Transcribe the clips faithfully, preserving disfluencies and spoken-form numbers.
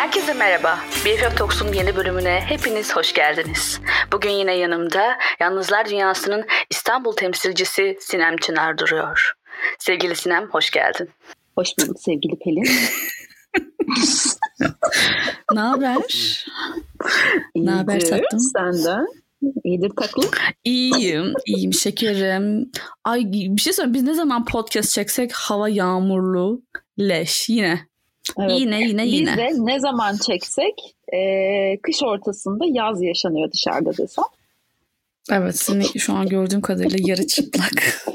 Herkese merhaba. B F F Talks'un yeni bölümüne hepiniz hoş geldiniz. Bugün yine yanımda Yalnızlar Dünyası'nın İstanbul temsilcisi Sinem Çınar duruyor. Sevgili Sinem, hoş geldin. Hoş bulduk sevgili Pelin. Ne haber? Ne haber tatlım? Senden? İyidir tatlım. İyiyim, iyiyim şekerim. Ay bir şey söyleyeyim, biz ne zaman podcast çeksek hava yağmurlu, leş yine. Evet. Yine yine yine. Biz de ne zaman çeksek e, kış ortasında yaz yaşanıyor dışarıda desem. Evet, seni şu an gördüğüm kadarıyla yarı çıplak.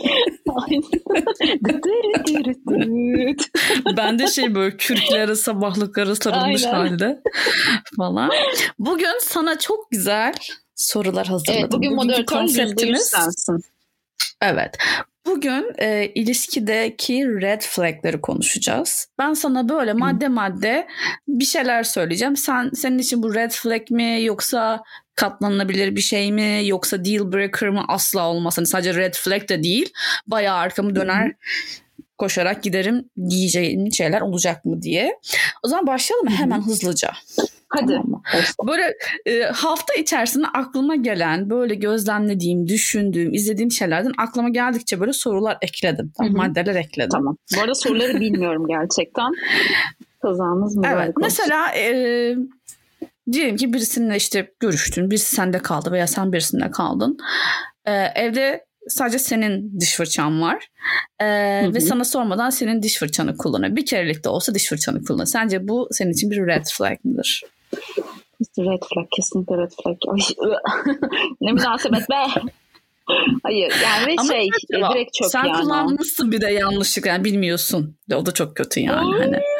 Ben de şey böyle kürkleri sabahlıkları sarılmış Aynen. halde falan. Bugün sana çok güzel sorular hazırladım. Evet, bugün moderatör konseptimiz sensin. Evet. Bugün e, ilişkideki red flag'leri konuşacağız. Ben sana böyle madde madde bir şeyler söyleyeceğim. Sen senin için bu red flag mi, yoksa katlanılabilir bir şey mi, yoksa deal breaker mı? Asla olmaz. Hani sadece red flag de değil. Bayağı arkamı döner Hı-hı. koşarak giderim diyeceğim şeyler olacak mı diye. O zaman başlayalım mı? Hemen hızlıca. Hadi. Tamam. Böyle e, hafta içerisinde aklıma gelen, böyle gözlemlediğim, düşündüğüm, izlediğim şeylerden aklıma geldikçe böyle sorular ekledim. Tamam, maddeler ekledim. Tamam. Bu arada soruları bilmiyorum gerçekten. Kazanız mı? Evet. Mesela e, diyelim ki birisinle işte görüştün. Birisi sende kaldı veya sen birisinde kaldın. E, evde sadece senin diş fırçan var. E, ve sana sormadan senin diş fırçanı kullanıyor. Bir kerelik de olsa diş fırçanı kullanıyor. Sence bu senin için bir red flag mıdır? Red flag, kesinlikle red flag. Ne münasebet be. Hayır yani Ama şey e, direkt çöp sen yani. Sen kullanmışsın bir de yanlışlıkla yani bilmiyorsun. O da çok kötü yani. Ay, hani.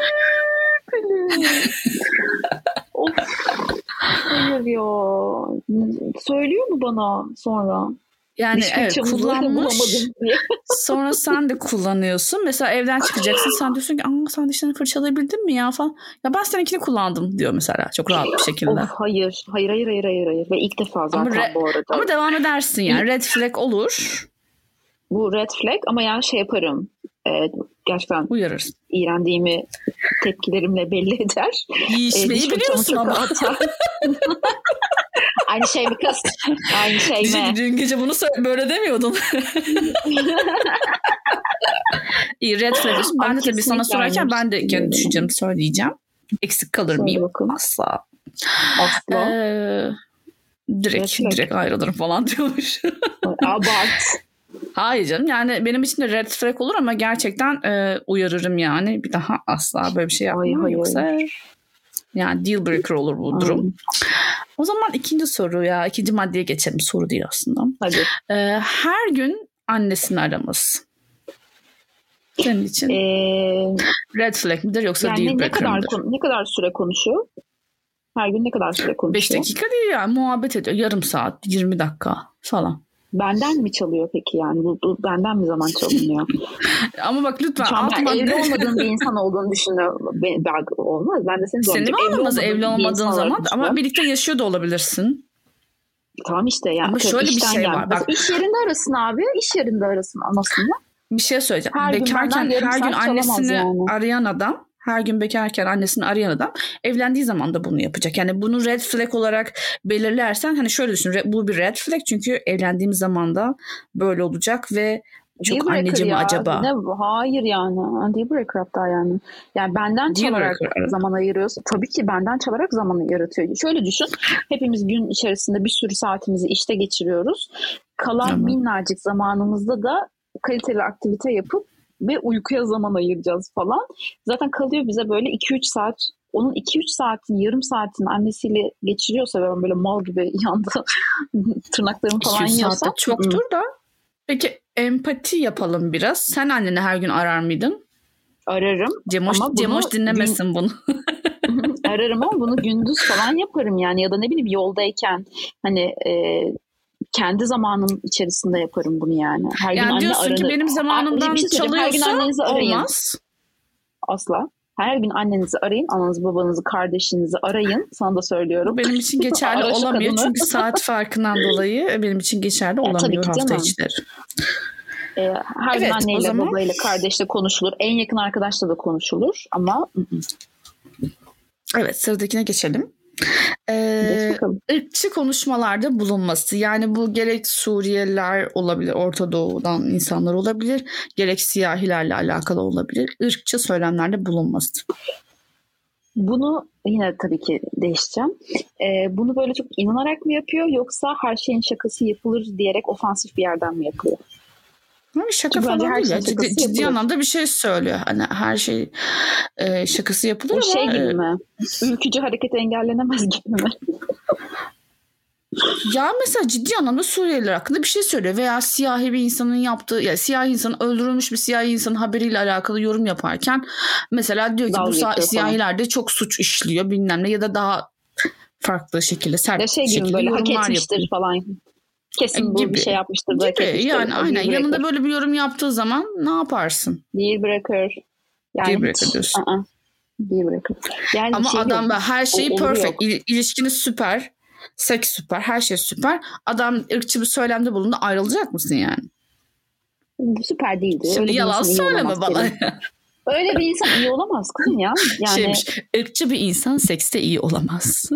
Of. Hayır ya. Söylüyor mu bana sonra? Yani evet, kullanmış. Sonra sen de kullanıyorsun. Mesela evden çıkacaksın. Sen diyorsun ki aa, sen dişlerini fırçalayabildin mi ya falan. Ya ben seninkini kullandım diyor mesela. Çok rahat bir şekilde. Of, hayır. Hayır hayır hayır hayır. hayır. Ve ilk defa zaten ama re- bu arada. Ama devam edersin yani. Red flag olur. Bu red flag ama yani şey yaparım. E, gerçekten uyarırsın. İğrendiğimi tepkilerimle belli eder. İşmeyi e, biliyorsun ama. Aynı şey mi kız? Aynı şey mi? Dün gece bunu söyle, böyle demiyordun. İyi, red flag olsun. Ben de tabii sana sorarken ben de kendi düşüncemi söyleyeceğim. Eksik kalır Söyle mıyım? Bakalım. Asla. Asla. Ee, direkt direkt ayrılırım falan diyormuş. Abart. Hayır canım, yani benim için de red flag olur ama gerçekten e, uyarırım yani. Bir daha asla böyle bir şey yapmam. Ay, yoksa yani deal breaker olur bu durum. Ay. O zaman ikinci soru ya. ikinci maddeye geçelim. Soru değil aslında. Hadi. Ee, her gün annesini araması. Senin için ee, red flag midir yoksa yani deal breaker ne midir? Kadar, ne kadar süre konuşuyor? Her gün ne kadar süre konuşuyor? beş dakika değil yani. Muhabbet ediyor. Yarım saat, yirmi dakika falan. Benden mi çalıyor peki yani? Bu, bu benden mi zaman çalınıyor? Ama bak lütfen. Şu an ben evli olmadığın bir insan olduğunu düşünüyorum. Ben, ben, olmaz. Ben de seni zorlayacak. Senin mi olmaz evli olmadığın zaman? Ama birlikte yaşıyor da olabilirsin. Tamam işte. Yani, ama şöyle bir şey yani. var. Bak, iş yerinde arasın abi. İş yerinde arasın anasını. Bir şey söyleyeceğim. Her Bekarken gün her gün annesini yani. arayan adam, her gün bekarken annesini arayan adam evlendiği zaman da bunu yapacak. Yani bunu red flag olarak belirlersen hani şöyle düşün. Bu bir red flag çünkü evlendiğim zaman da böyle olacak ve çok anneci mi acaba? Ne bu? Hayır yani. Deal breaker hatta yani. Yani benden deal çalarak breaker, zaman ayırıyorsun. Tabii ki benden çalarak zamanı yaratıyor. Şöyle düşün. Hepimiz gün içerisinde bir sürü saatimizi işte geçiriyoruz. Kalan tamam. minnacık zamanımızda da kaliteli aktivite yapıp ve uykuya zaman ayıracağız falan. Zaten kalıyor bize böyle iki üç saat. Onun iki üç saatin, yarım saatin annesiyle geçiriyorsa ben böyle mal gibi yanda tırnaklarımı falan yiyorsam. Çoktur hı. da. Peki empati yapalım biraz. Sen anneni her gün arar mıydın? Ararım. Cemoş, ama Cemoş dinlemesin gün... bunu. Ararım ama bunu gündüz falan yaparım yani. Ya da ne bileyim yoldayken hani e, kendi zamanım içerisinde yaparım bunu yani. Her yani gün diyorsun anne ki aranır. benim zamanımdan şey çalıyorsa olmaz. Asla. Her gün annenizi arayın, ananızı, babanızı, kardeşinizi arayın. Sana da söylüyorum. Benim için geçerli olamıyor çünkü saat farkından dolayı benim için geçerli olamıyor ya, hafta içleri. Ee, her evet, gün anneyle, zaman... babayla, kardeşle konuşulur. En yakın arkadaşla da konuşulur ama... Evet, sıradakine geçelim. Ee, ırkçı konuşmalarda bulunması, yani bu gerek Suriyeliler olabilir, Orta Doğu'dan insanlar olabilir, gerek siyahilerle alakalı olabilir, ırkçı söylemlerde bulunması. Bunu yine tabii ki değişeceğim. Ee, bunu böyle çok inanarak mı yapıyor, yoksa her şeyin şakası yapılır diyerek ofansif bir yerden mi yapıyor? Hani şaka Çünkü falan değil ya. Ciddi, ciddi anlamda bir şey söylüyor. Hani her şey e, şakası yapılır o ama. şey gibi mi? Ülkücü hareket engellenemez gibi mi? Ya mesela ciddi anlamda Suriyeliler hakkında bir şey söylüyor veya siyahi bir insanın yaptığı, ya siyahi insanın öldürülmüş bir siyahi insanın haberiyle alakalı yorum yaparken mesela diyor ki Dalga bu siyahiler de çok suç işliyor bilmem ne, ya da daha farklı şekilde sert ya şey şekilde gibi böyle yorumlar hak etmiştir yapıyor falan. Kesin bu gibi, bir şey yapmıştır. Gibi etmiştir. yani aynen yanında böyle bir yorum yaptığı zaman ne yaparsın? Deal breaker. Yani Deal breaker diyorsun. Aa, deal breaker. Yani ama şey adam yok. her şeyi o, perfect. İl, ilişkiniz süper. Seks süper. Her şey süper. Adam ırkçı bir söylemde bulundu. Ayrılacak mısın yani? Süper değildi. Şimdi öyle yalan söyleme bana. Öyle bir insan iyi olamaz kızım ya. Yani... Şeymiş, ırkçı bir insan sekste iyi olamaz.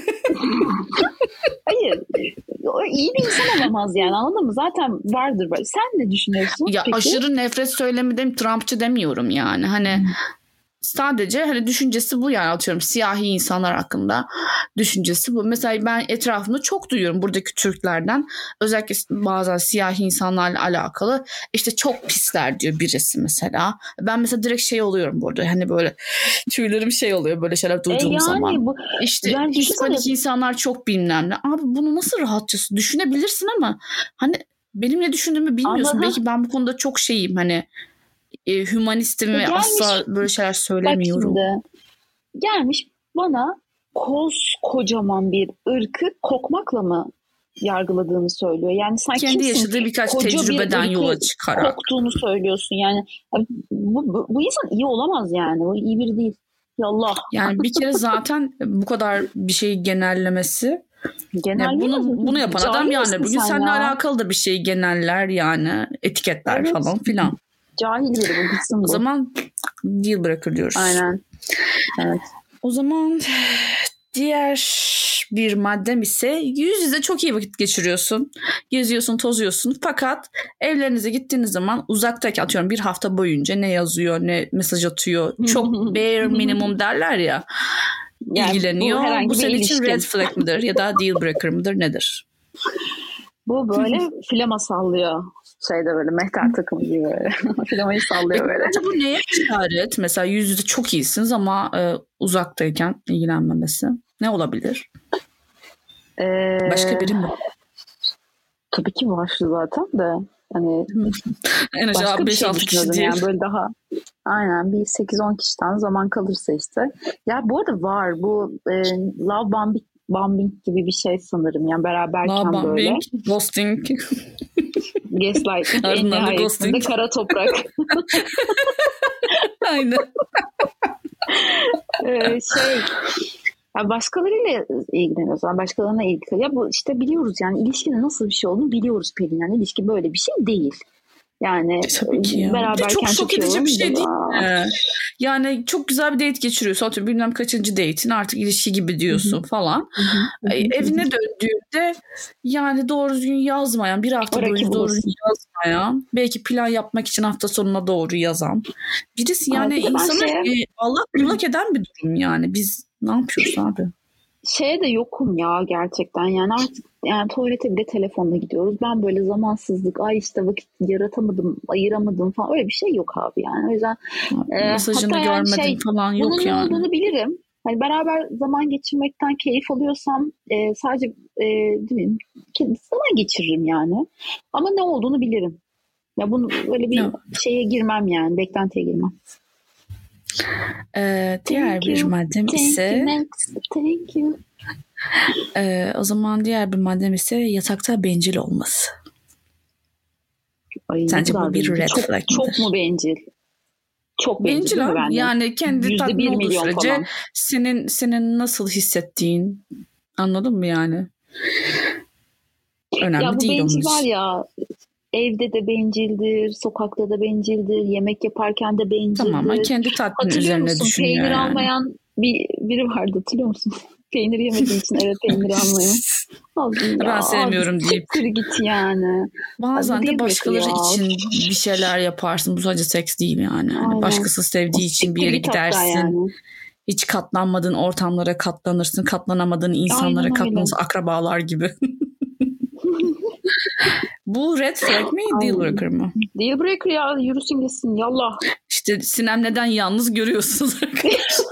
Hayır. İyi bir insan olamaz yani, anladın mı? Zaten vardır böyle. Sen ne düşünüyorsun? Ya peki? Aşırı nefret söylemi dem, Trumpçı demiyorum yani. Hani hmm. sadece hani düşüncesi bu yani, atıyorum siyahi insanlar hakkında düşüncesi bu. Mesela ben etrafımda çok duyuyorum buradaki Türklerden, özellikle bazen siyahi insanlarla alakalı, işte çok pisler diyor birisi mesela. Ben mesela direkt şey oluyorum burada, hani böyle tüylerim şey oluyor böyle şeyler duyduğum e yani zaman. Bu, işte yani Hispanik insanlar çok bilmem ne. Abi bunu nasıl rahatça düşünebilirsin ama hani benim ne düşündüğümü bilmiyorsun. Anladım. Belki ben bu konuda çok şeyim, hani E, hümanistim e ve gelmiş, asla böyle şeyler söylemiyorum. Bak şimdi, gelmiş bana koskocaman bir ırkı kokmakla mı yargıladığını söylüyor. Yani sen kendi kimsin? yaşadığı birkaç Koca tecrübeden bir yola çıkarak koktuğunu söylüyorsun. Yani bu, bu, bu insan iyi olamaz yani. O iyi biri değil. Yallah. Yani bir kere zaten bu kadar bir şeyi genellemesi, yani bunu bunu yapan adam yani bugün seninle alakalı da bir şeyi geneller yani, etiketler evet. falan filan. Cahil biri bu, gitsin bu. O zaman deal breaker diyoruz. Aynen. Evet. O zaman diğer bir maddem ise yüz yüze çok iyi vakit geçiriyorsun. Geziyorsun, tozuyorsun. Fakat evlerinize gittiğiniz zaman uzaktaki, atıyorum bir hafta boyunca ne yazıyor, ne mesaj atıyor. Çok bare minimum derler ya. Yani ilgileniyor. Bu, bu senin için red flag mıdır ya da deal breaker mıdır, nedir? Bu böyle flama sallıyor. Şeyde böyle mehter takımı gibi böyle. Flamayı sallıyor böyle. Bence bu neye işaret? Mesela yüz yüze çok iyisiniz ama e, uzaktayken ilgilenmemesi. Ne olabilir? Ee, Başka biri mi? Tabii ki var zaten de. Hani en aşağı beş altı şey kişi değil. Yani böyle daha aynen bir sekiz on kişiden zaman kalırsa işte. Ya bu arada var. Bu e, love bombing, bombing gibi bir şey sanırım. Yani beraberken love böyle. Love bombing, ghosting. Gaslighting, en nihayetinde kara toprak. Aynen. ee, şey ya başkalarıyla ilgileniyoruz. Yani başkalarına ilgileniyoruz. Ya bu işte biliyoruz yani, ilişkinin nasıl bir şey olduğunu biliyoruz Pelin. Yani ilişki böyle bir şey değil. Yani e, beraberken çok şok edici bir şey değil mi? Yani çok güzel bir date geçiriyorsun. Atıyorum bilmem kaçıncı date'in, artık ilişki gibi diyorsun Hı-hı. falan. Hı-hı. Evine döndüğünde yani doğru düzgün yazmayan, bir hafta boyunca doğru düzgün yazmayan, belki plan yapmak için hafta sonuna doğru yazan birisi yani, abi, insanı şey... Allah kullak eden bir durum yani. Biz ne yapıyoruz abi? Şeye de yokum ya gerçekten, yani artık yani tuvalete bile telefonla gidiyoruz. Ben böyle zamansızlık, ay işte vakit yaratamadım, ayıramadım falan, öyle bir şey yok abi yani. O yüzden e, mesajını görmedim şey, falan yok bunun yani. Bunun ne olduğunu bilirim. Hani beraber zaman geçirmekten keyif alıyorsam e, sadece e, değil mi, zaman geçiririm yani. Ama ne olduğunu bilirim. Ya bunu böyle bir yok. şeye girmem yani, beklentiye girmem. Ee, diğer thank bir you. maddem thank ise you, thank you. E, o zaman diğer bir maddem ise yatakta bencil olması. Ay, sence bu bir red çok, flag çok mu bencil? Çok bencil, bencil abi. Yani kendi tatmin olduğu sürece falan. senin senin nasıl hissettiğin, anladın mı yani? Önemli ya bu değil bencil var ya, evde de bencildir, sokakta da bencildir, yemek yaparken de bencildir. Tamam ama kendi tatmin üzerine musun? düşünüyor Peynir yani. almayan bir biri vardı, hatırlıyor musun? Peynir yemediği için eve peyniri almaya. Ben ya, sevmiyorum deyip. Git yani. Bazen de başkaları için bir şeyler yaparsın. Bu sadece seks değil yani. yani başkası sevdiği o için bir yere gidersin. Yani. Hiç katlanmadığın ortamlara katlanırsın. Katlanamadığın insanlara katlanırsın. Akrabalar gibi. Bu red flag mi, deal breaker mı? Deal breaker ya, yürüsün gitsin yallah. İşte Sinem neden yalnız görüyorsunuz arkadaşlar.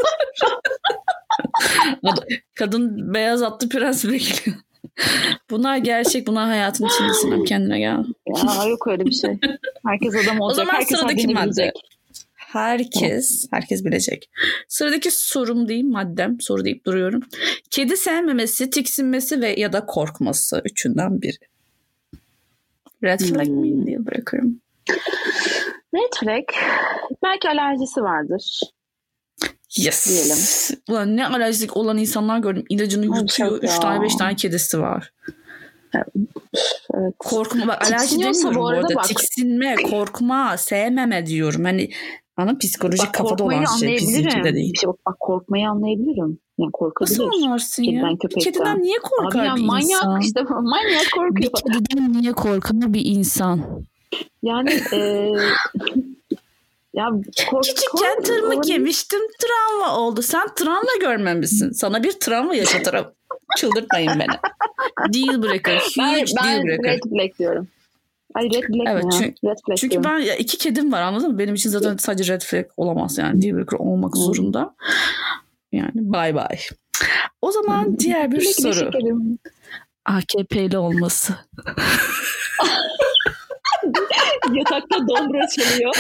Kadın beyaz atlı prens bekliyor. Bunlar gerçek, bunlar hayatın içinde. Sinem kendine gel. Ya yok öyle bir şey. Herkes adam olacak. O zaman herkes sıradaki madde. Bilecek. Herkes, herkes bilecek. Sıradaki sorum değil, maddem, soru deyip duruyorum. Kedi sevmemesi, tiksinmesi ve ya da korkması, üçünden biri. Red flag hmm. mi, deal breaker mı? Red flag, belki alerjisi vardır. Yes. Diyelim. Ulan ne alerjisi olan insanlar gördüm. İlacını yutuyor. Üç tane beş tane kedisi var. Evet. Korkma. Bak, alerji demiyorum bu arada. Bak. Tiksinme, korkma, sevmeme diyorum. Hani ana psikolojik bak, kafada olan şey. Fizikte değil. Şey, bak, bak korkmayı anlayabilirim. Yani korkabilir. Nasıl anlarsın kediden, ya? Köpekten. Bir kediden niye korkar Abi, bir manyak, insan? Manyak işte. Manyak korkuyor. Bir kediden niye korkar bir insan? Yani eee ya kork, küçükken kork, tırmık kork. yemiştim, travma oldu. Sen travma görmemişsin. Sana bir travma yaşatırım. Çıldırtmayın beni. Deal breaker. Huge ben, deal breaker. Ben red black diyorum. Ay red black evet, mi çünkü, ya? Red black çünkü diyorum. ben ya iki kedim var, anladın mı? Benim için zaten sadece red flag olamaz yani. Deal breaker olmak hmm. zorunda. Yani bye bye. O zaman hmm. diğer bir soru. A K P'li olması. Yatakta dombra çalıyor.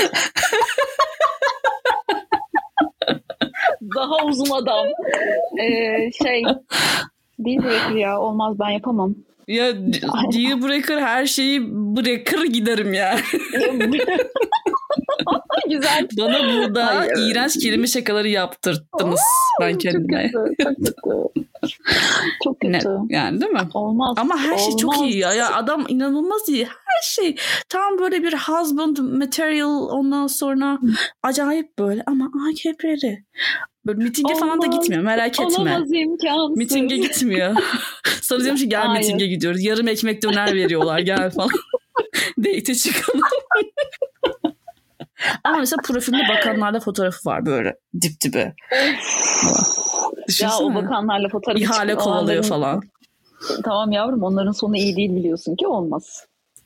Daha uzun adam. Ee, şey deal breaker ya, olmaz, ben yapamam. Ya deal breaker, her şeyi bırakır giderim ya. Güzel. Bana burada Hayır. iğrenç kelime şakaları yaptırttınız oh, ben kendime. Çok kötü. Çok kötü. Çok kötü. Ne? Yani değil mi? Olmaz. Ama her şey olmaz. Çok iyi ya. ya. Adam inanılmaz iyi. Her şey tam böyle bir husband material, ondan sonra acayip böyle ama A K P'li. Böyle mitinge olmaz. Falan da gitmiyor. Merak etme. Olamaz, imkansız. Mitinge gitmiyor. Sana diyorum ki gel Hayır. mitinge gidiyoruz. Yarım ekmek döner veriyorlar. Gel falan. Date'e çıkalım. Ama mesela profilinde bakanlarla fotoğrafı var böyle dip dibe. Ya o bakanlarla fotoğrafı İhale kovalıyor falan. Tamam yavrum, onların sonu iyi değil, biliyorsun ki olmaz.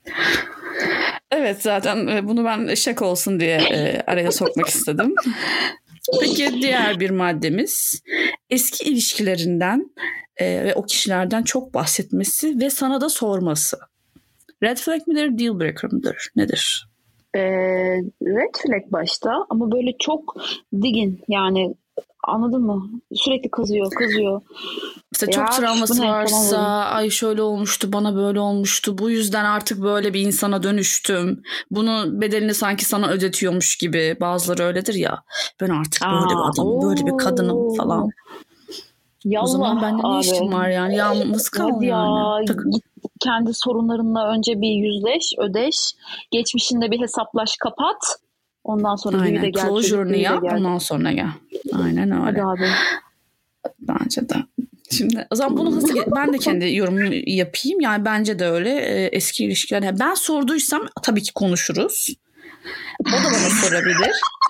Evet, zaten bunu ben şaka olsun diye e, araya sokmak istedim. Peki diğer bir maddemiz, eski ilişkilerinden e, ve o kişilerden çok bahsetmesi ve sana da sorması. Red flag midir, deal breaker mıdır? Nedir? Ee, red flag başta ama böyle çok digin, yani anladın mı? Sürekli kazıyor, kazıyor. Mesela çok travması varsa, ay şöyle olmuştu, bana böyle olmuştu, bu yüzden artık böyle bir insana dönüştüm. Bunun bedelini sanki sana ödetiyormuş gibi. Bazıları öyledir ya. Ben artık Aa, böyle bir adamım, oo. böyle bir kadınım falan. Yallah o zaman bende ne işim var yani? Yalnız kal ya, yani. Git kendi sorunlarınla önce bir yüzleş, ödeş. Geçmişinde bir hesaplaş, kapat. Ondan sonra büyü de gel. Closure'ını yap, ondan sonra gel. Aynen öyle. Hadi abi. Bence de. Şimdi o zaman bunu hızlı ben de kendi yorumumu yapayım. Yani bence de öyle. Eski ilişkiler. Ben sorduysam tabii ki konuşuruz. O da bana sorabilir.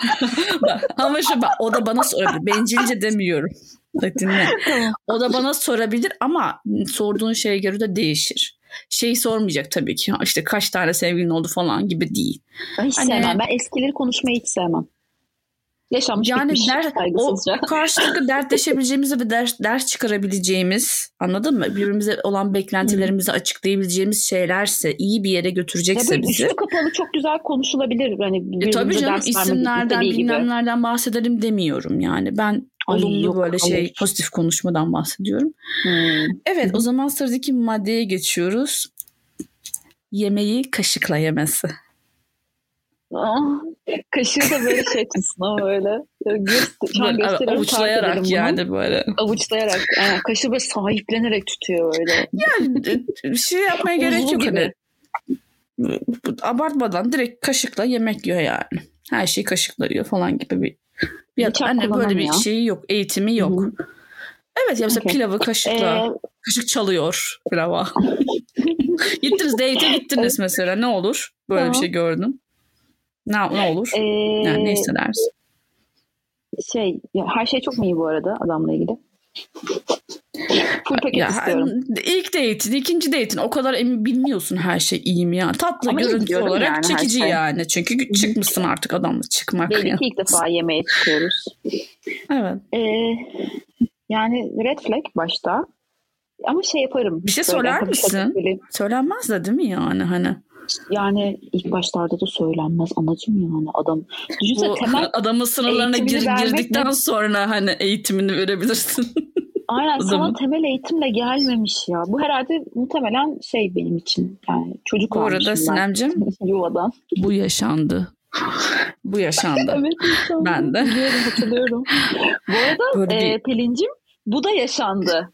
Ama şu bak, o da bana sorabilir. Bencilce demiyorum. Dinle. O da bana sorabilir ama sorduğun şeye göre de değişir. Şey sormayacak tabii ki. İşte kaç tane sevgilin oldu falan gibi değil. Ben hiç hani, sevmem. Ben eskileri konuşmayı hiç sevmem. Yaşanmış yani bitmiş. Der, o karşılıklı dertleşebileceğimiz ve ders, ders çıkarabileceğimiz, anladın mı? Birbirimize olan beklentilerimizi hmm. açıklayabileceğimiz şeylerse, iyi bir yere götürecekse ya bizi. Üstü kapalı çok güzel konuşulabilir. Hani e, tabii canım, isimlerden bilmemlerden bahsedelim demiyorum yani. Ben Ay, olumlu yok, böyle şey hayır. pozitif konuşmadan bahsediyorum. Hmm. Evet, hmm. o zaman sıradaki maddeye geçiyoruz. Yemeği kaşıkla yemesi. Ah, kaşığı da böyle şey tutsun ama böyle. Şu an gösteriyorum. Avuçlayarak yani böyle. Avuçlayarak. Yani kaşığı böyle sahiplenerek tutuyor böyle. Yani bir şey yapmaya gerek yok. Hani. Abartmadan direkt kaşıkla yemek yiyor yani. Her şeyi kaşıkla yiyor falan gibi bir Ya hani böyle bir şeyi yok, eğitimi yok. Hı-hı. Evet ya mesela okay. Pilavı kaşıkla, ee... kaşık çalıyor pilava. Gittiniz date'e gittiniz evet. Mesela ne olur? Böyle tamam. Bir şey gördün. Ne, ne olur? Ee... Yani ne hissedersin? Şey, ya her şey çok mu iyi bu arada adamla ilgili? Full paket ya, istiyorum. İlk date'in, ikinci date'in o kadar emin bilmiyorsun her şey iyi mi ya. Tatlı ama görüntü olarak yani, çekici şey. Yani. Çünkü Hı-hı. çıkmışsın artık adamla çıkmak. Belli ki ilk defa yemeğe çıkıyoruz. Evet. Ee, yani red flag başta. Ama şey yaparım. Bir şey söyler misin? Böyle... Söylenmez de değil mi yani hani? Yani ilk başlarda da söylenmez anacığım yani adam. Bu temel adamın sınırlarına gir, girdikten mi? Sonra hani eğitimini verebilirsin. Aynen sana temel eğitimle gelmemiş ya. Bu herhalde muhtemelen şey benim için. Yani çocuk bu arada Sinemcim yuvadan. Bu yaşandı. Bu yaşandı. Evet yaşandı. Ben de. Biliyorum hatırlıyorum. Bu arada e, bir... Pelin'cim bu da yaşandı.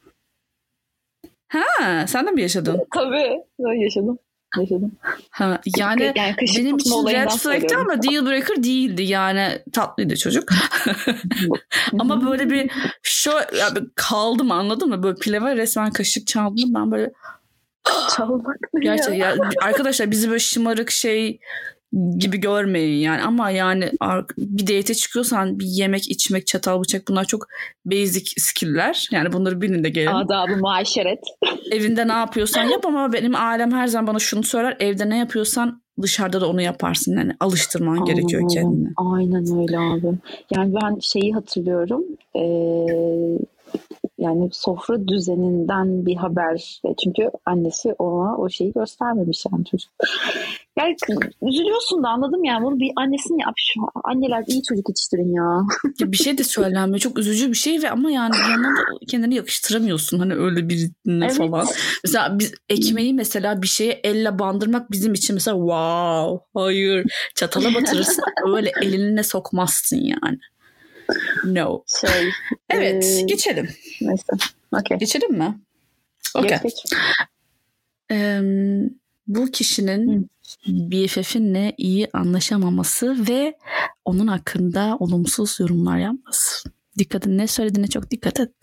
Ha, sen de mi yaşadın? Tabii ben yaşadım. Yaşadım. Ha, yani, yani benim için red flag'ti ama deal breaker değildi. Yani tatlıydı çocuk. Ama böyle bir şu yani kaldım anladın mı? Böyle pilava resmen kaşık çaldım. Ben böyle çalmak ne gerçekten ya? Ya, arkadaşlar bizi böyle şımarık şey gibi görmeyin yani ama yani bir date'e çıkıyorsan bir yemek içmek çatal bıçak bunlar çok basic skill'ler yani bunları bilin de gelin. Adab-ı muaşeret. Evinde ne yapıyorsan yap ama benim ailem her zaman bana şunu söyler evde ne yapıyorsan dışarıda da onu yaparsın yani alıştırman Aynen gerekiyor öyle. Kendini. Aynen öyle abi. Yani ben şeyi hatırlıyorum ee, yani sofra düzeninden bir haber çünkü annesi ona o şeyi göstermemiş yani çocuk. Yani üzülüyorsun da anladım yani bunu bir annesinin yapmış. Anneler iyi çocuk yetiştirin ya. Ya bir şey de söylenmiyor. Çok üzücü bir şey ve ama yani bir yandan da kendini yakıştıramıyorsun. Hani öyle birine evet. Falan. Mesela biz ekmeği mesela bir şeye elle bandırmak bizim için mesela wow. Hayır. Çatala batırırsın. Öyle eline sokmazsın yani. No. Şey, evet. E... Geçelim. Neyse. Okay. Geçelim mi? Okay. Geç, geç. Ee, bu kişinin Hı. B F F'inle iyi anlaşamaması ve onun hakkında olumsuz yorumlar yapması. Dikkat et. Ne söylediğine çok dikkat et.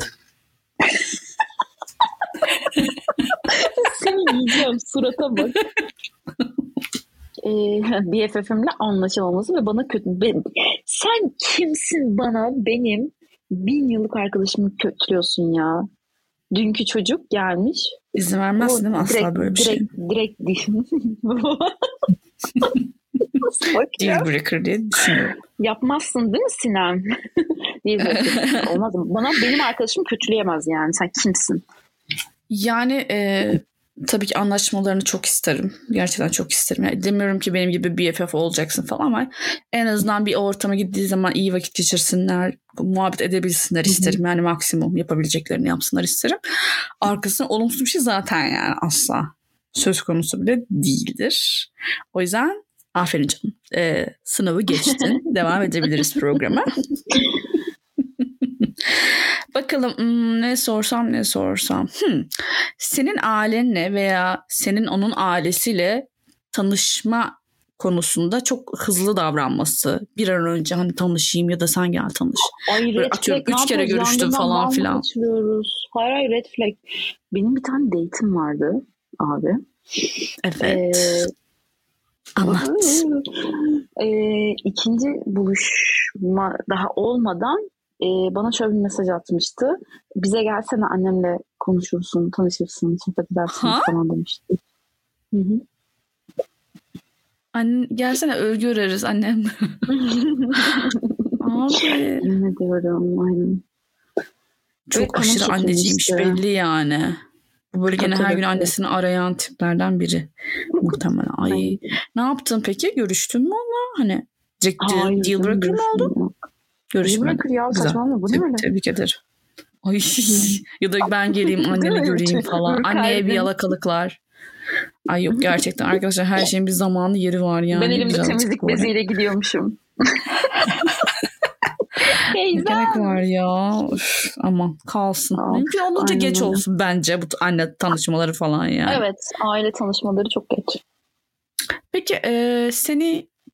Seni yiyeceğim. Surata bak. Ee, B F F'imle anlaşamaması ve bana kötü. Ben, sen kimsin bana benim bin yıllık arkadaşımı kötülüyorsun ya. Dünkü çocuk gelmiş. İzin vermezsin değil mi asla direkt, böyle bir şey? Direkt direkt deal breaker diye düşünüyorum. Yapmazsın değil mi Sinem? Deal breaker. Olmaz mı? Bana benim arkadaşım kötüleyemez yani. Sen kimsin? Yani e, tabii ki anlaşmalarını çok isterim. Gerçekten çok isterim. Yani demiyorum ki benim gibi B F F olacaksın falan ama en azından bir ortama gittiği zaman iyi vakit geçirsinler, muhabbet edebilsinler isterim. Yani maksimum yapabileceklerini yapsınlar isterim. Arkasında olumsuz bir şey zaten yani asla söz konusu bile değildir. O yüzden aferin canım. Ee, sınavı geçtin. Devam edebiliriz programa. Bakalım hmm, ne sorsam ne sorsam. Hmm. Senin ailenle veya senin onun ailesiyle tanışma konusunda çok hızlı davranması. Bir an önce hani tanışayım ya da sen gel tanış. Ay red flag. Üç kere görüştüm falan filan. Hayır hayır red flag. Benim bir tane date'im vardı abi. Evet. Ee, Anlat. E, ikinci buluşma daha olmadan e, bana şöyle bir mesaj atmıştı. Bize gelsene annemle konuşursun, tanışırsın, sohbet edersin falan demişti. Hı hı. Anne, gelsene övgü öreriz annem. Abi. Ne diyorum aynen. Çok Ve aşırı anneciymiş belli yani. Bu böyle gene her gün annesini arayan tiplerden biri. Muhtemelen. Ay ne yaptın peki? Görüştün mü onunla? Hani direkt Hayır, deal breaker mı oldu? Görüşmedim. Deal breaker ya saçmalama bu ne öyle? Tebrik ederim. Ay ya da ben geleyim annemi göreyim falan. Anneye bir yalakalıklar. Ay yok gerçekten arkadaşlar her şeyin bir zamanı yeri var yani. Ben elimde temizlik beziyle gidiyormuşum. Ne gerek var ya. Üf, aman kalsın. Aa, mümkün olunca geç öyle. Olsun bence bu anne tanışmaları falan yani. Evet aile tanışmaları çok geç. Peki e, seni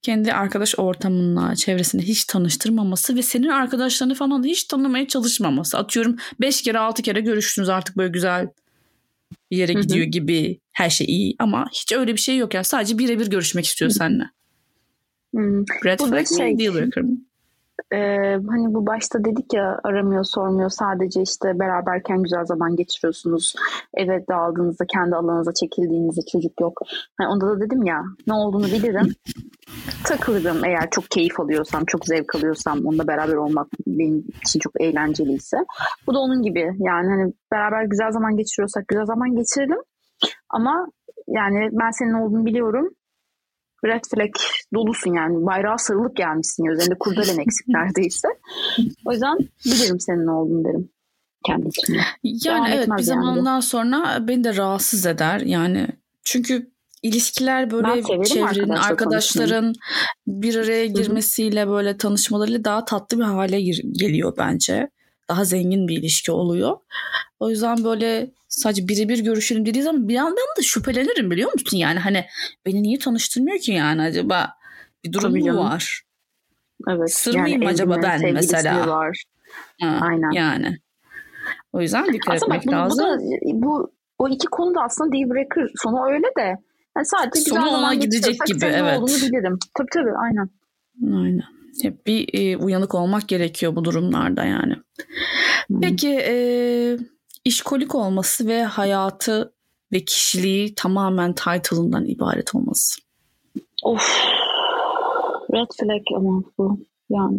kendi arkadaş ortamınla, çevresini hiç tanıştırmaması ve senin arkadaşlarını falan da hiç tanımaya çalışmaması. Atıyorum beş kere altı kere görüştünüz, artık böyle güzel bir yere gidiyor Hı-hı. gibi, her şey iyi ama hiç öyle bir şey yok ya. Sadece birebir görüşmek istiyor Hı-hı. seninle. Hı-hı. Red flag mi, şey, deal breaker mı? Ee, hani bu başta dedik ya, aramıyor sormuyor, sadece işte beraberken güzel zaman geçiriyorsunuz, eve dağıldığınızda kendi alanınıza çekildiğinizde çocuk yok. Hani onda da dedim ya, ne olduğunu bilirim, takılırım eğer çok keyif alıyorsam, çok zevk alıyorsam, onunla beraber olmak benim için çok eğlenceliyse. Bu da onun gibi yani, hani beraber güzel zaman geçiriyorsak güzel zaman geçirelim ama yani ben senin olduğunu biliyorum, red flag dolusun yani. Bayrağa sarılıp gelmişsin ya. Üzerinde kurdelen eksik neredeyse. O yüzden bilirim senin olduğunu derim. Kendi içimde. Yani evet, bir zamandan yani sonra beni de rahatsız eder. Yani çünkü ilişkiler böyle çevrenin, arkadaşların bir araya girmesiyle, Hı-hı. böyle tanışmalarıyla daha tatlı bir hale geliyor bence. Daha zengin bir ilişki oluyor. O yüzden böyle sadece birebir görüşelim dediği zaman bir yandan da şüphelenirim, biliyor musun? Yani hani beni niye tanıştırmıyor ki yani, acaba bir durum Tabii mu canım. var? Evet. Sır yani mıyım acaba ben mesela? Var. Ha, Aynen. Yani. O yüzden dikkat aslında etmek bak, bu, lazım. Bu, da, bu o iki konuda aslında deal breaker. Sonu öyle de. Yani sadece Sonu güzel ona gidecek gibi, evet. olduğunu bilirim. Tabii tabii, aynen. Aynen. Hep bir e, uyanık olmak gerekiyor bu durumlarda yani. Hmm. Peki e, işkolik olması ve hayatı ve kişiliği tamamen title'ından ibaret olması. Of. Red flag ama bu yani.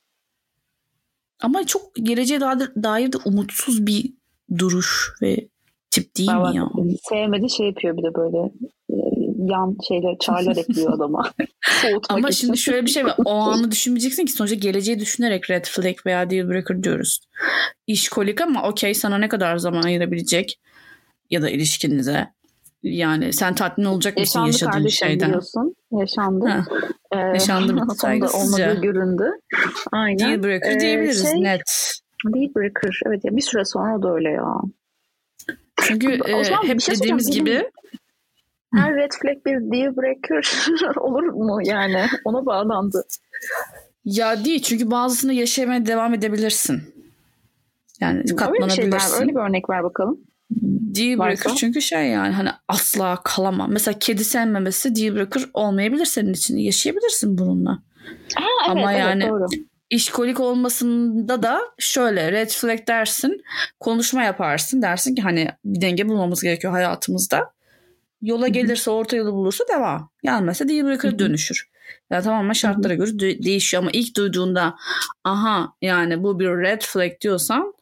Ama çok geleceğe dair, dair de umutsuz bir duruş ve tip değil Ama mi ya? Sevmedi şey yapıyor bir de böyle yan şeyler, çağrılar ekliyor adama. Ama için. şimdi şöyle bir şey var. O anı düşünmeyeceksin ki, sonuçta geleceği düşünerek red flag veya deal breaker diyoruz. İşkolik ama okey, sana ne kadar zaman ayırabilecek ya da ilişkinize. Yani sen tatmin olacak mısın Yaşandı yaşadığın kardeşim, şeyden? biliyorsun. Yaşandı. Ee, Yaşandı bitti saygısızca. Olmadığı göründü. Aynen. Deal breaker ee, diyebiliriz şey, net. Deal breaker. Evet ya, bir süre sonra o da öyle ya. Çünkü e, hep şey dediğimiz gibi her red flag bir deal breaker olur mu yani? Ona bağlandı. Ya değil, çünkü bazısını yaşamaya devam edebilirsin. Yani katlanabilirsin. Öyle bir, şey ver, öyle bir örnek ver bakalım. Deal breaker Varsa? Çünkü şey yani hani asla kalamam. Mesela kedi sevmemesi deal breaker olmayabilir senin için. Yaşayabilirsin bununla. Ha, evet, Ama evet, yani doğru. işkolik olmasında da şöyle red flag dersin, konuşma yaparsın, dersin ki hani bir denge bulmamız gerekiyor hayatımızda. Yola gelirse, orta yolu bulursa devam. Gelmezse deal breaker'a dönüşür. Yani tamamen şartlara göre de- değişiyor ama ilk duyduğunda aha yani bu bir red flag diyorsan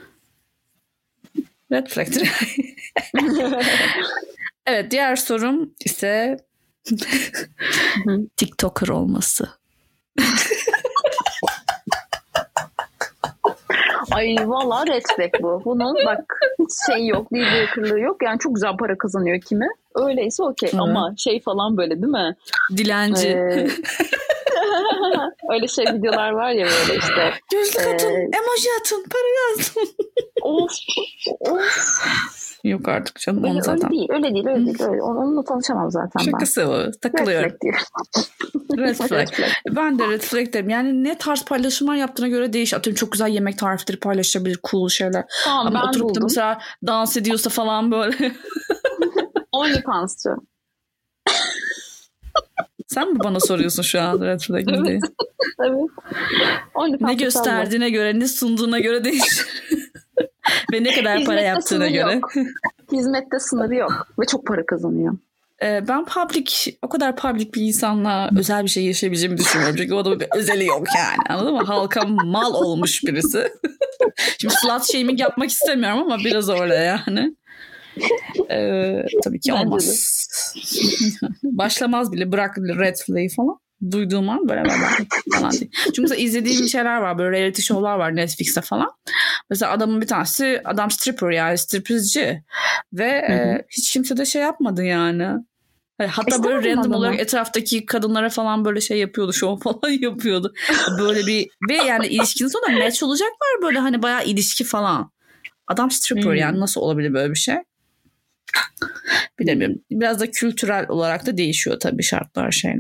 red flag'tir. Evet, diğer sorum ise TikToker olması. Ay valla red flag bu. Bunun bak hiç şey yok, değil breaker'lığı yok. Yani çok güzel para kazanıyor kimi. Öyleyse okey evet. Ama şey falan böyle değil mi? Dilenci. Ee, öyle şey videolar var ya böyle işte. Gözlük atın, e... emoji atın, para yazın. Of of. Yok artık canım, öyle, onu zaten. Öyle değil, öyle değil, öyle değil. Öyle. Onunla tanışamam zaten ben. Şakası o, takılıyor. Red flag diyor. Red flag. Red flag. Ben de red flag derim. Yani ne tarz paylaşımlar yaptığına göre değiş. Atıyorum çok güzel yemek tarifleri paylaşabilir, cool şeyler. Tamam, ama oturup buldum. da mesela dans ediyorsa falan böyle. OnlyFans'cı. Sen mi bana soruyorsun şu an red flag mi diye? Evet. Evet. Ne gösterdiğine göre, ne sunduğuna göre değişir. Ve ne kadar para yaptığına göre. Yok. Hizmette sınırı yok. Ve çok para kazanıyor. Ee, ben public, o kadar public bir insanla özel bir şey yaşayabileceğimi düşünmüyorum. Çünkü o adamın bir özeli yok yani. Anladın mı? Halka mal olmuş birisi. Şimdi slut shaming yapmak istemiyorum ama biraz öyle yani. Ee, tabii ki olmaz. Başlamaz bile, bırak red flag'i falan. Duyduğum an böyle böyle falan değil. Çünkü mesela izlediğim şeyler var, böyle reality show'lar var Netflix'te falan. Mesela adamın bir tanesi, adam stripper yani stripizci ve e, hiç kimse de şey yapmadı yani. Hatta İstemedim böyle random adamı. olarak etraftaki kadınlara falan böyle şey yapıyordu, show falan yapıyordu. Böyle bir ve yani ilişkinin sonunda match olacaklar, böyle hani bayağı ilişki falan. Adam stripper hmm. yani nasıl olabilir böyle bir şey? Bilemiyorum. Biraz da kültürel olarak da değişiyor tabii şartlar, şeyler.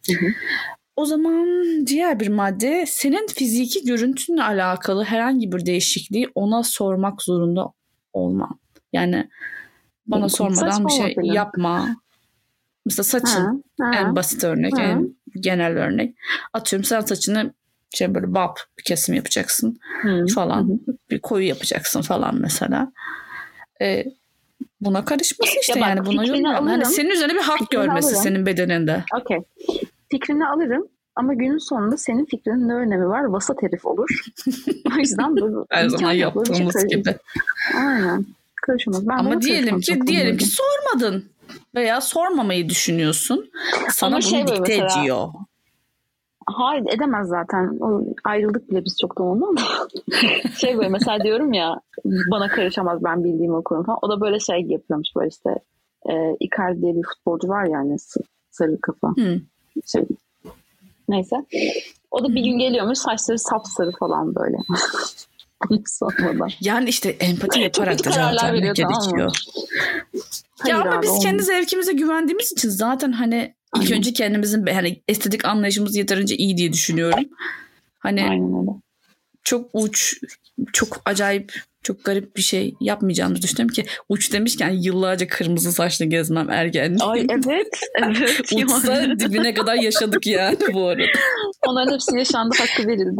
Hı hı. O zaman diğer bir madde, senin fiziki görüntünle alakalı herhangi bir değişikliği ona sormak zorunda olman. Yani bana sormadan bir şey yapma. Mesela saçın ha, ha, en basit örnek, ha. en genel örnek. Atıyorum sen saçını şey böyle bob bir kesim yapacaksın hı, falan. Hı. Bir koyu yapacaksın falan mesela. Ee, buna karışması işte ya yani bak, buna yorum. Hani senin üzerine bir hak fikrini görmesi alırım. Senin bedeninde. Okey. Fikrini alırım ama günün sonunda senin fikrinin ne önemi var? Vasat herif olur. O yüzden bu her zaman yaptığımız şey gibi. Aynen. Karışamaz. Ben ama diyelim ki diyelim ki sormadın veya sormamayı düşünüyorsun. Sana ama bunu şey dikte mesela, ediyor. Hayır edemez zaten. O, ayrıldık bile biz çoktan ondan da. şey böyle mesela diyorum ya bana karışamaz ben bildiğim o konu falan. O da böyle şey yapıyormuş böyle işte e, Icardi diye bir futbolcu var yani sarı kafa. Hmm. Şey, neyse. O da bir gün geliyormuş saçları sapsarı falan böyle. Sormadan. Yani işte empati yaparak da zaten veriyor, gerekiyor. Tamam ya ama abi, biz olmuyor. Kendi zevkimize güvendiğimiz için zaten hani ilk Aynen. önce kendimizin hani estetik anlayışımız yeterince iyi diye düşünüyorum. Hani Aynen öyle. Çok uç, çok acayip, çok garip bir şey yapmayacağımızı düşünüyorum ki uç demişken yıllarca kırmızı saçlı gezmem ergenliğim. Ay evet, evet. Uçsa dibine kadar yaşadık yani bu arada. Onların hepsi yaşandı, hakkı verildi.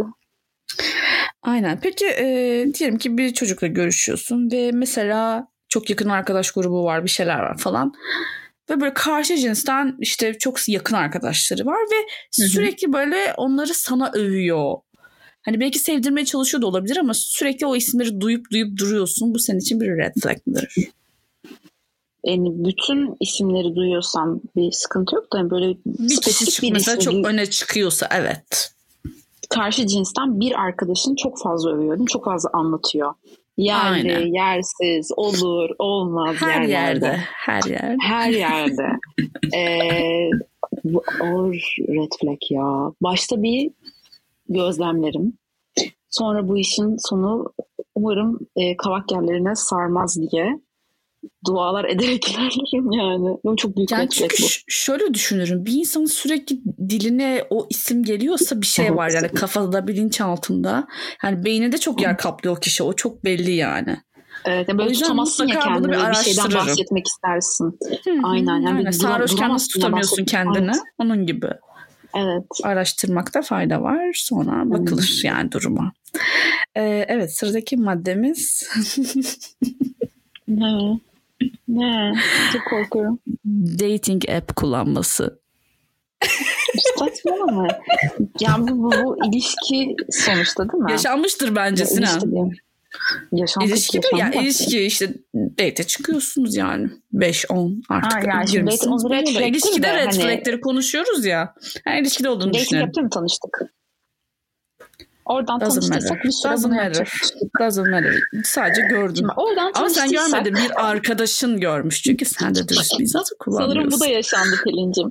Aynen. Peki e, diyelim ki bir çocukla görüşüyorsun ve mesela çok yakın arkadaş grubu var, bir şeyler var falan. Ve böyle karşı cinsten işte çok yakın arkadaşları var ve Hı-hı. sürekli böyle onları sana övüyor. Hani belki sevdirmeye çalışıyor da olabilir ama sürekli o isimleri duyup duyup duruyorsun. Bu senin için bir red flag mıdır? Yani bütün isimleri duyuyorsam bir sıkıntı yok da yani böyle bir spesifik bir mesela çok duy- öne çıkıyorsa evet. Karşı cinsten bir arkadaşın çok fazla övüyor, çok fazla anlatıyor. Yerli, Aynen. yersiz, olur, olmaz her yerlerde. yerde. Her yerde. Her yerde. ee, or red flag ya. Başta bir gözlemlerim. Sonra bu işin sonu umarım e, kavak yerlerine sarmaz diye dualar ederek ilerlerim yani. Bu çok büyük yani çünkü bu. Ş- şöyle düşünürüm. Bir insanın sürekli diline o isim geliyorsa bir şey var yani kafada, bilinçaltında. Yani beyninde çok yer kaplıyor o kişi. O çok belli yani. Evet, yani böyle tutamazsın ya kendini, bir, bir şeyden bahsetmek istersin. Hı-hı, aynen. Yani aynen. Sarhoşken nasıl tutamıyorsun kendini? Evet. Onun gibi. Evet. Araştırmakta fayda var. Sonra bakılır hmm. yani duruma. Ee, evet, sıradaki maddemiz. ne? Ne? Çok korkuyorum. Dating app kullanması. Saçmalama. Yani bu, bu, bu ilişki sonuçta değil mi? Yaşanmıştır bence Sinan. İlişki de ya ilişki işte date çıkıyorsunuz yani beş on artık. Ha yani şimdi date on red flag İlişkide de, red hani... flag'leri konuşuyoruz ya. Yani ilişkide olduğunu dating düşünelim. Dating app'te mi tanıştık? Oradan Doesn't tanıştıysak bir süre Doesn't bunu matter. yapacakmıştık. Doesn't matter. Sadece gördün. Şimdi oradan ama sen görmedin. Bir arkadaşın görmüş. Çünkü sen de dürüst bir insan kullanmıyorsun. Sanırım bu da yaşandı Pelin'cim.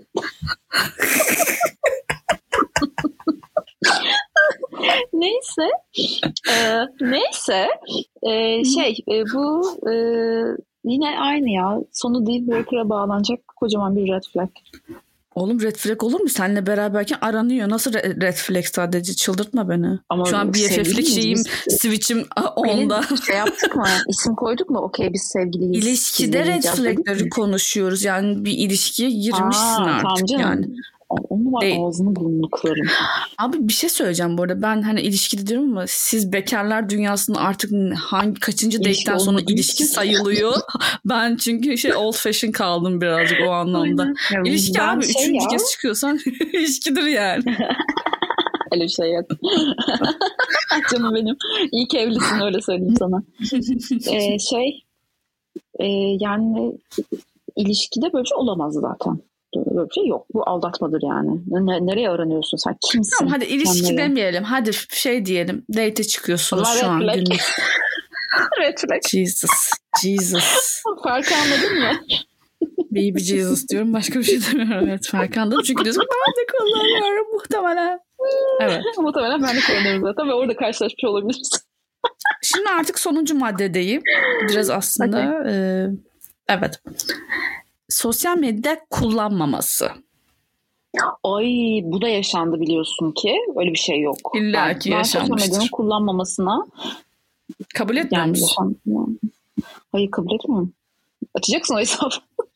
neyse. Ee, neyse. Ee, şey e, bu e, yine aynı ya. Sonu deal breaker'a bağlanacak kocaman bir red flag. Oğlum red flag olur mu? Seninle beraberken aranıyor. Nasıl red flag sadece? Çıldırtma beni. Ama şu an B F F'lik şeyim, biz... switch'im onda. Şey yaptık mı? İsim koyduk mu? Okey biz sevgiliyiz. İlişkide red flag'ları konuşuyoruz. Yani bir ilişkiye girmişsin Aa, artık tamam canım. Yani. Onu var e, ağzını burnunu kırarım. Abi bir şey söyleyeceğim bu arada. Ben hani ilişkide diyorum ama siz bekarlar dünyasında artık hangi kaçıncı date'ten sonra ilişki sayılıyor? Ben çünkü şey old fashion kaldım birazcık o anlamda. Ya, İlişki abi şey üçüncü ya. kez çıkıyorsan ilişkidir yani. Öyle bir şey yok. Canım benim. İyi ki evlisin öyle söyleyeyim sana. ee, şey e, yani ilişkide böyle şey olamaz zaten. Böyle bir şey yok. Bu aldatmadır yani. Ne, nereye öğreniyorsun sen? Kimsin? Tamam hadi ilişki sen demeyelim. Hadi şey diyelim. Date çıkıyorsunuz Allah şu an flag. Günlük. Red flag. Jesus. Jesus. Farkı anladın mı? Baby Jesus diyorum. Başka bir şey demiyorum. Evet farkı anladım. Çünkü diyorsun ben de kullanıyorum muhtemelen. Evet. Muhtemelen ben de kullanıyorum zaten ve orada karşılaşmış olabiliriz. Şimdi artık sonuncu maddedeyim. Biraz aslında okay. e, evet. Sosyal medya kullanmaması. Ay bu da yaşandı biliyorsun ki. Öyle bir şey yok. İlla ki ben, yaşanmıştır. Ben sosyal medyanın kullanmamasına kabul etmiyor yani, musun? Yani. Hayır kabul etmiyorum. Açacaksın o hesabı.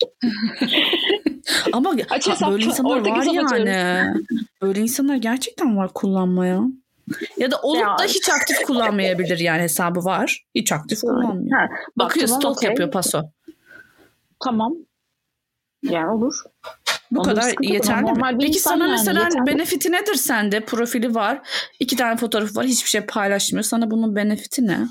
Ama Aç ha, hesap, böyle insanlar var yani. açıyoruz. Böyle insanlar gerçekten var kullanmaya. Ya da olup ya. da hiç aktif kullanmayabilir yani hesabı var. Hiç aktif kullanmıyor. Ha, bakıyor tamam, stalk okay. yapıyor paso. Tamam. Yani olur. Bu Onda kadar yeterli mi? Peki sana yani, mesela yeterli. benefiti nedir sende? Profili var. iki tane fotoğrafı var. Hiçbir şey paylaşmıyor. Sana bunun benefiti ne?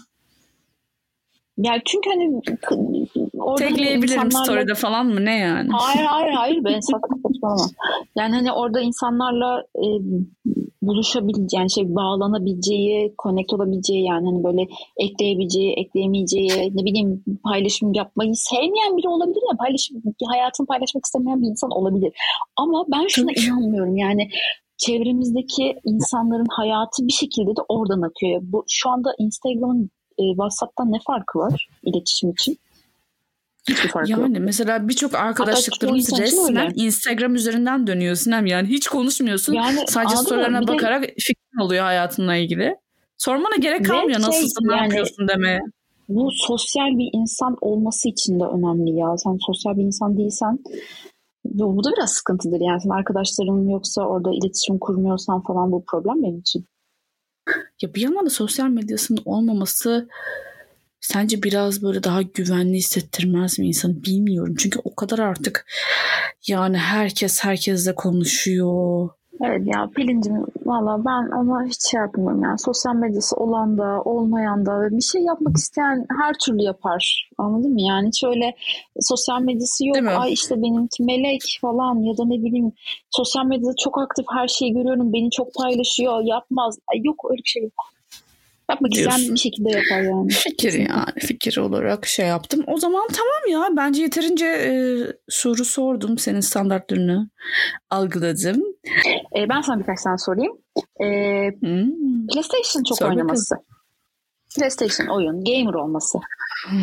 Yani çünkü hani tekleyebilirim insanlarla... story'de falan mı ne yani? Hayır hayır hayır ben saçmalama. Yani hani orada insanlarla e, buluşabileceği yani şey bağlanabileceği, connect olabileceği yani hani böyle ekleyebileceği, ekleyemeyeceği ne bileyim paylaşım yapmayı sevmeyen biri olabilir ya paylaşım hayatını paylaşmak istemeyen bir insan olabilir. Ama ben şuna Tabii. inanmıyorum yani çevremizdeki insanların hayatı bir şekilde de oradan akıyor. Bu şu anda Instagram'ın e, WhatsApp'tan ne farkı var iletişim için? Hiçbir fark yani yok. Mesela birçok arkadaşlıklarımız resmen Instagram üzerinden dönüyor Sinem. Yani hiç konuşmuyorsun. Yani, sadece sorularına bakarak de... fikrin oluyor hayatınla ilgili. Sormana gerek kalmıyor şey, nasılsın, yani, ne yapıyorsun demeye. Bu sosyal bir insan olması için de önemli ya. Sen sosyal bir insan değilsen bu, bu da biraz sıkıntıdır. Yani sen arkadaşların yoksa orada iletişim kurmuyorsan falan bu problem benim için. Ya bir yandan da sosyal medyasının olmaması sence biraz böyle daha güvenli hissettirmez mi insanı bilmiyorum. Çünkü o kadar artık yani herkes herkesle konuşuyor. Evet ya Pelin'cim valla ben ona hiç şey yapmıyorum yani sosyal medyası olan da olmayan da bir şey yapmak isteyen her türlü yapar anladın mı yani hiç öyle sosyal medyası yok ay işte benimki melek falan ya da ne bileyim sosyal medyada çok aktif her şeyi görüyorum beni çok paylaşıyor yapmaz ay yok öyle bir şey yok. Yapmak diyorsun. isteyen bir şekilde yapar yani. Fikir yani. Fikir olarak şey yaptım. O zaman tamam ya. Bence yeterince e, soru sordum. Senin standartlarını algıladım. E, ben sana birkaç tane sorayım. E, hmm. PlayStation çok Sor oynaması. Bakalım. PlayStation oyun. Gamer olması. Hmm.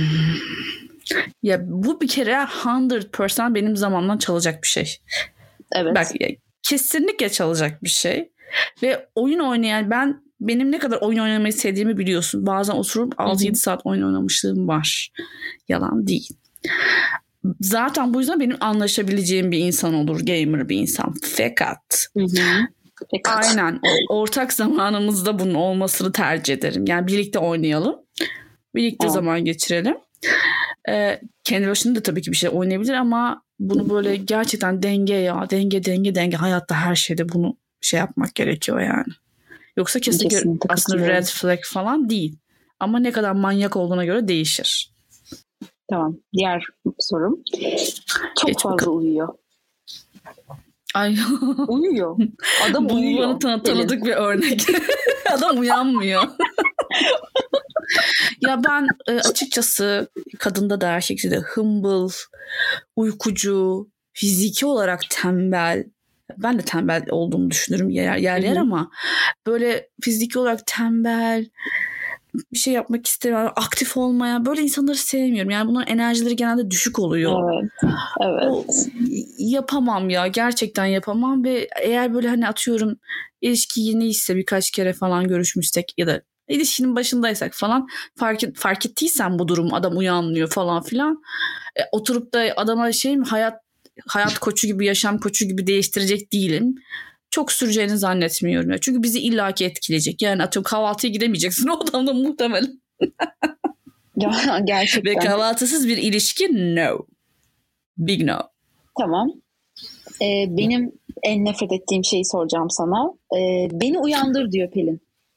Ya bu bir kere yüz %, benim zamanımdan çalacak bir şey. Evet. Bak ya, kesinlikle çalacak bir şey. Ve oyun oynayan ben benim ne kadar oyun oynamayı sevdiğimi biliyorsun. Bazen oturup altı yedi saat oyun oynamışlığım var. Yalan değil. Zaten bu yüzden benim anlaşabileceğim bir insan olur. Gamer bir insan. Fakat, hı hı. Fakat. aynen ortak zamanımızda bunun olmasını tercih ederim. Yani birlikte oynayalım. Birlikte evet. zaman geçirelim. Ee, kendi başında da tabii ki bir şey oynayabilir ama bunu böyle gerçekten denge ya. Denge denge denge. Hayatta her şeyde bunu şey yapmak gerekiyor yani. Yoksa kesinlikle, kesinlikle aslında red flag falan değil. Ama ne kadar manyak olduğuna göre değişir. Tamam. Diğer sorum. Çok Geç fazla bakalım. Uyuyor. Ay. Uyuyor. Adam Bu uyuyor. Bunu tanı- tanıdık bir örnek. Adam uyanmıyor. Ya ben açıkçası kadında da erkekte de humble, uykucu, fiziki olarak tembel. Ben de tembel olduğumu düşünürüm yer yer, yer ama böyle fiziki olarak tembel, bir şey yapmak istemiyorum, aktif olmayan böyle insanları sevmiyorum. Yani bunların enerjileri genelde düşük oluyor. Evet. Evet. O, yapamam ya. Gerçekten yapamam ve eğer böyle hani atıyorum ilişki yeniyse birkaç kere falan görüşmüşsek ya da ilişkinin başındaysak falan fark, et, fark ettiysen bu durum adam uyanmıyor falan filan. E, oturup da adama şey mi hayat hayat koçu gibi, yaşam koçu gibi değiştirecek değilim. Çok süreceğini zannetmiyorum. Ya. Çünkü bizi illaki etkileyecek. Yani atıyorum kahvaltıya gidemeyeceksin o adamda muhtemelen. Ya, gerçekten. Ve kahvaltısız bir ilişki no. Big no. Tamam. Ee, benim en nefret ettiğim şeyi soracağım sana. Ee, beni uyandır diyor Pelin.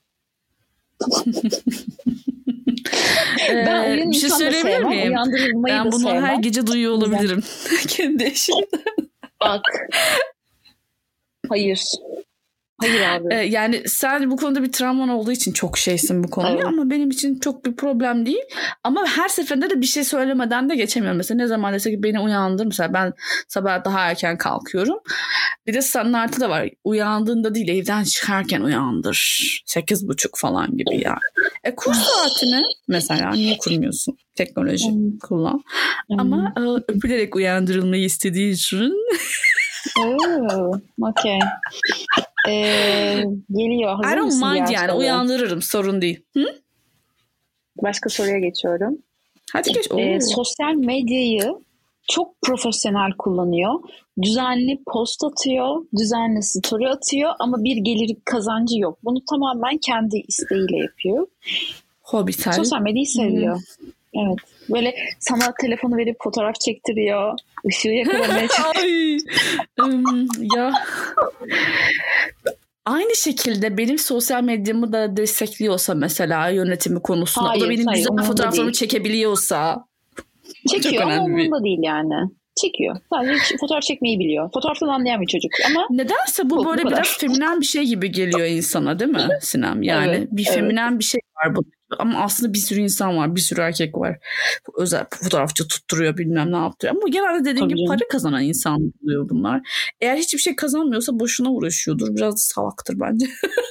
Ben ee, bir şey söyleyebilir miyim? Ben bunu sevmem. Her gece duyuyor olabilirim. Kendi eşimden. Bak. Hayır. Hayır abi. Ee, yani sen bu konuda bir travman olduğu için çok şeysin bu konuya, evet. Ama benim için çok bir problem değil. Ama her seferinde de bir şey söylemeden de geçemiyorum. Mesela ne zaman dese ki beni uyandır. Mesela ben sabah daha erken kalkıyorum. Bir de standartı da var. Uyandığında değil, evden çıkarken uyandır. Sekiz buçuk falan gibi yani. E kur saatini mesela niye kurmuyorsun? Teknoloji hmm. kullan. Hmm. Ama e, öpülerek uyandırılmayı istediği için Oo, okay. Ee, geliyor. Hazır I don't mısın mind yani. Soru? Uyandırırım. Sorun değil. Hı? Başka soruya geçiyorum. Hadi geç. Ee, sosyal medyayı çok profesyonel kullanıyor. Düzenli post atıyor. Düzenli story atıyor. Ama bir gelir kazancı yok. Bunu tamamen kendi isteğiyle yapıyor. Hobisel. Sosyal medyayı seviyor. Hmm. Evet. Böyle sana telefonu verip fotoğraf çektiriyor. Işığı yakalamaya çalışıyor. um, ya... Aynı şekilde benim sosyal medyamı da destekliyorsa mesela yönetimi konusunda, hayır, o da benim hayır, güzel fotoğraflarımı değil. Çekebiliyorsa çekiyor ama umurunda değil yani. Çekiyor. Sadece fotoğraf çekmeyi biliyor. Fotoğraftan anlayan bir çocuk. Ama nedense bu, bu böyle bu biraz feminen bir şey gibi geliyor insana, değil mi Sinem? Yani evet, bir feminen evet. bir şey var bu. Ama aslında bir sürü insan var. Bir sürü erkek var. Özel fotoğrafçı tutturuyor, bilmem ne yaptırıyor. Ama genelde dediğim Tabii gibi canım. Para kazanan insan oluyor bunlar. Eğer hiçbir şey kazanmıyorsa boşuna uğraşıyordur. Biraz salaktır bence.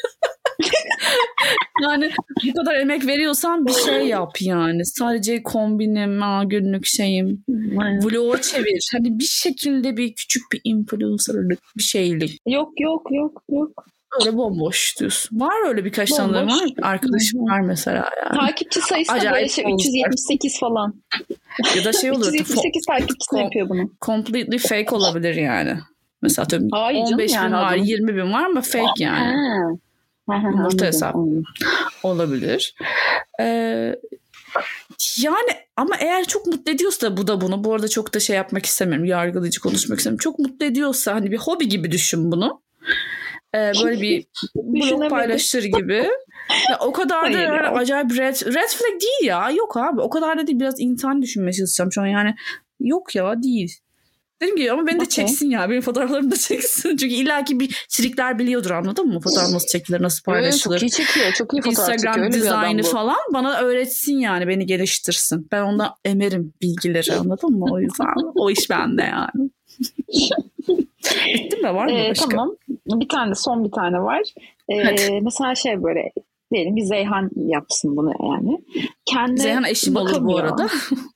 Yani bu kadar emek veriyorsan bir şey yap yani. Sadece kombinim, günlük şeyim, vloga çevir. Hani bir şekilde bir küçük bir influencerlık, bir şeylik. Yok yok yok yok. Öyle bomboş diyorsun. Var öyle birkaç tane var. Arkadaşım var mesela yani. Takipçi sayısı da böyle şey üç yüz yetmiş sekiz falan. Ya da şey olur. üç yüz yetmiş sekiz takipçisi yapıyor bunu. Completely fake olabilir yani. Mesela tabii on beş yani bin var, adamın. yirmi bin var ama fake yani. Yumurta hesap olabilir. Ee, yani ama eğer çok mutlu ediyorsa bu da bunu. Bu arada çok da şey yapmak istemiyorum. Yargılayıcı konuşmak istemiyorum. Çok mutlu ediyorsa hani bir hobi gibi düşün bunu. Ee, böyle bir blog paylaşır gibi. Ya o kadar da yani acayip red, red flag değil ya. Yok abi. O kadar da değil. Biraz insan düşünmeye çalışacağım şu an. Yani yok ya, değil. Dedim ki ama beni okay. de çeksin ya. Benim fotoğraflarımı da çeksin. Çünkü illaki bir trikler biliyordur, anladın mı? Fotoğraf nasıl çekilir, nasıl paylaşılır. Çok iyi çekiyor. Çok iyi fotoğraf Instagram çekiyor. dizaynı falan bana öğretsin yani. Beni geliştirsin. Ben ondan emerim bilgileri, anladın mı? O yüzden o iş bende yani. Bitti mi? Var mı ee, başka? Tamam. Bir tane, son bir tane var. Ee, mesela şey böyle diyelim bir Zeyhan yapsın bunu yani. Kendine Zeyhan eşim olur bu arada.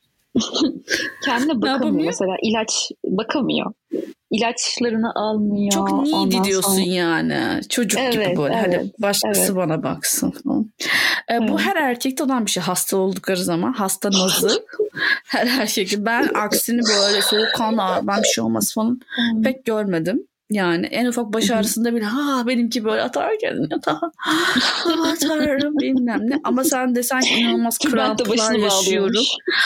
Kendine bakamıyor mesela, ilaç bakamıyor. İlaçlarını almıyor. Çok needy diyorsun sonra. Yani. Çocuk evet, gibi böyle. Evet, hadi başkası evet. bana baksın. Ee, evet. Bu her erkekte olan bir şey. Hasta oldukları zaman. Hasta nazı. Her erkekte. Ben aksini böyle soğukkanlı, ben bir şey olmaz falan hmm. pek görmedim. Yani en ufak baş ağrısında bile ha benimki böyle atarken yatağa atarım bilmem ne. Ama sen desen ki inanılmaz kramplar yaşıyorum.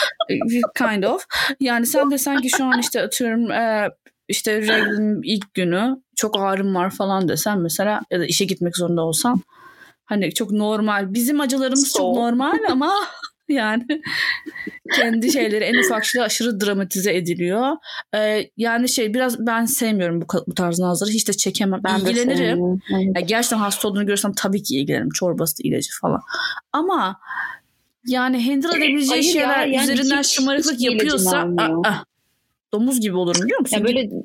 Kind of. Yani sen desen ki şu an işte atıyorum e, işte reglin ilk günü çok ağrım var falan desen mesela, ya da işe gitmek zorunda olsam, hani çok normal. Bizim acılarımız so. çok normal ama yani kendi şeyleri en ufak şeyde aşırı dramatize ediliyor. Ee, yani şey biraz ben sevmiyorum bu, bu tarz nazları. Hiç de çekemem. Ben İlgilenirim. Yani gerçekten hasta olduğunu görsem tabii ki ilgilenirim. Çorbası, ilacı falan. Ama yani handle edebileceği şeyler ya, yani üzerinden hiç, şımarıklık hiç yapıyorsa a, a, domuz gibi olurum, biliyor musun? Ya böyle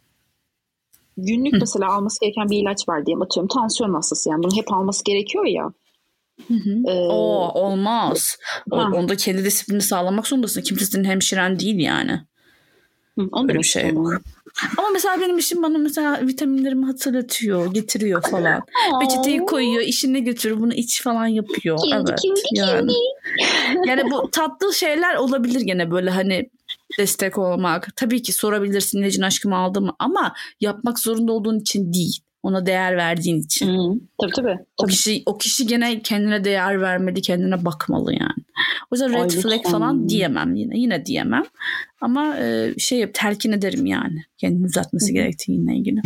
günlük Hı. mesela alması gereken bir ilaç var diye atıyorum. Tansiyon hastası, yani bunu hep alması gerekiyor ya. Hı hı. Ee, Oo, olmaz. O, onda kendi disiplini sağlamak zorundasın. Kimse senin hemşiren değil yani. Hı, Öyle bir şey yok. Ama mesela benim işim bana mesela vitaminlerimi hatırlatıyor, getiriyor falan. Peçeteyi koyuyor, işine götürüyor, bunu iç falan yapıyor. Kendi, evet. Kendi, yani. Yani bu tatlı şeyler olabilir gene, böyle hani destek olmak. Tabii ki sorabilirsin ilacın aşkımı aldın mı, ama yapmak zorunda olduğun için değil. Ona değer verdiğin için. Hmm, tabii tabii. O kişi o kişi gene kendine değer vermeli, kendine bakmalı yani. O yüzden red Ay, flag lütfen. falan diyemem yine. Yine diyemem. Ama e, şey telkin ederim yani. Kendini düzeltmesi Hı-hı. gerektiğiyle ilgili.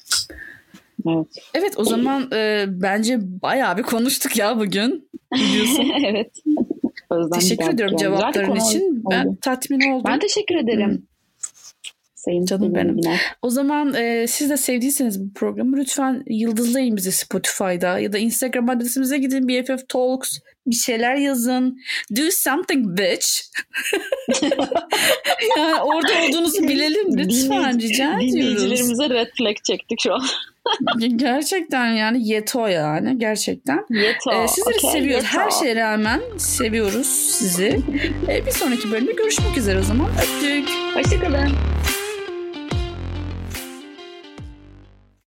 Evet. Evet, o zaman e, bence bayağı bir konuştuk ya bugün. Biliyorsun. Evet. Teşekkür ediyorum yani. Cevapların için. Ben oldu. tatmin oldum. Ben teşekkür ederim. Hmm. Sayın Canım benim. Günler. O zaman e, siz de sevdiyseniz bu programı lütfen yıldızlayın bizi Spotify'da ya da Instagram adresimize gidin, B F F Talks, bir şeyler yazın. Do something bitch. Yani orada olduğunuzu bilelim lütfen, rica ediyoruz. Dinleyicilerimize red flag çektik şu an. Gerçekten yani yeto yani gerçekten. Yeto. Ee, sizleri okay, seviyoruz. Yeto. Her şeye rağmen seviyoruz sizi. Ee, bir sonraki bölümde görüşmek üzere o zaman. Öptük. Hoşçakalın.